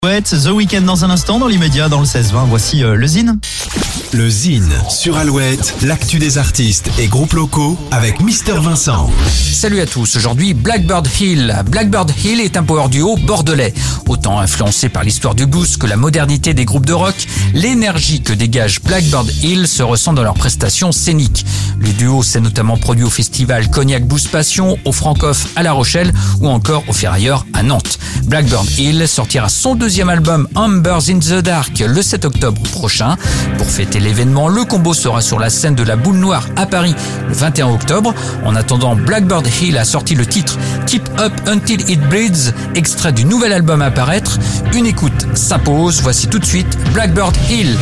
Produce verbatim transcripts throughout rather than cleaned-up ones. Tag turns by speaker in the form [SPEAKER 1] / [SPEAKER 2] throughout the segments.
[SPEAKER 1] Ouais, The Weeknd dans un instant, dans l'immédiat, dans le seize vingt. Voici euh, le Zine.
[SPEAKER 2] Le Zine sur Alouette, l'actu des artistes et groupes locaux avec Mister Vincent.
[SPEAKER 3] Salut à tous, aujourd'hui Blackbird Hill. Blackbird Hill est un power duo bordelais. Autant influencé par l'histoire du blues que la modernité des groupes de rock, l'énergie que dégage Blackbird Hill se ressent dans leurs prestations scéniques. Le duo s'est notamment produit au festival Cognac Blues Passion, au Francoff à La Rochelle ou encore au Ferrailleur à Nantes. Blackbird Hill sortira son deuxième album Ambers in the Dark le sept octobre prochain. Pour fêter l'événement, le combo sera sur la scène de la Boule Noire à Paris le vingt et un octobre. En attendant, Blackbird Hill a sorti le titre Keep Up Until It Bleeds, extrait du nouvel album à paraître. Une écoute s'impose, voici tout de suite Blackbird Hill.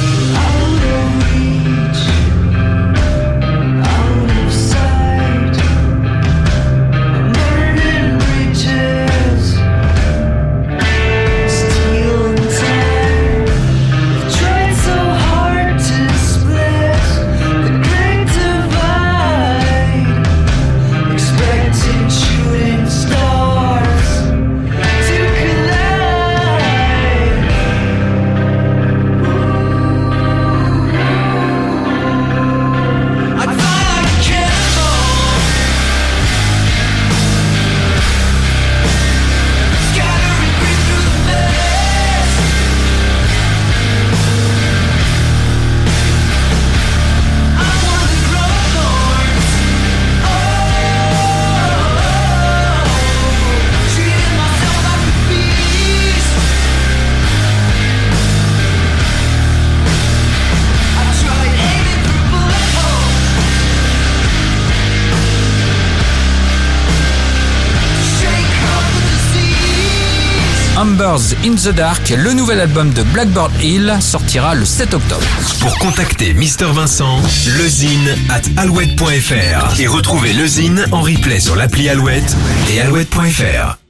[SPEAKER 3] Ambers in the Dark, le nouvel album de Blackbird Hill, sortira le sept octobre.
[SPEAKER 2] Pour contacter Mister Vincent, lezine at alouette point fr et retrouver le Zine en replay sur l'appli Alouette et alouette point fr.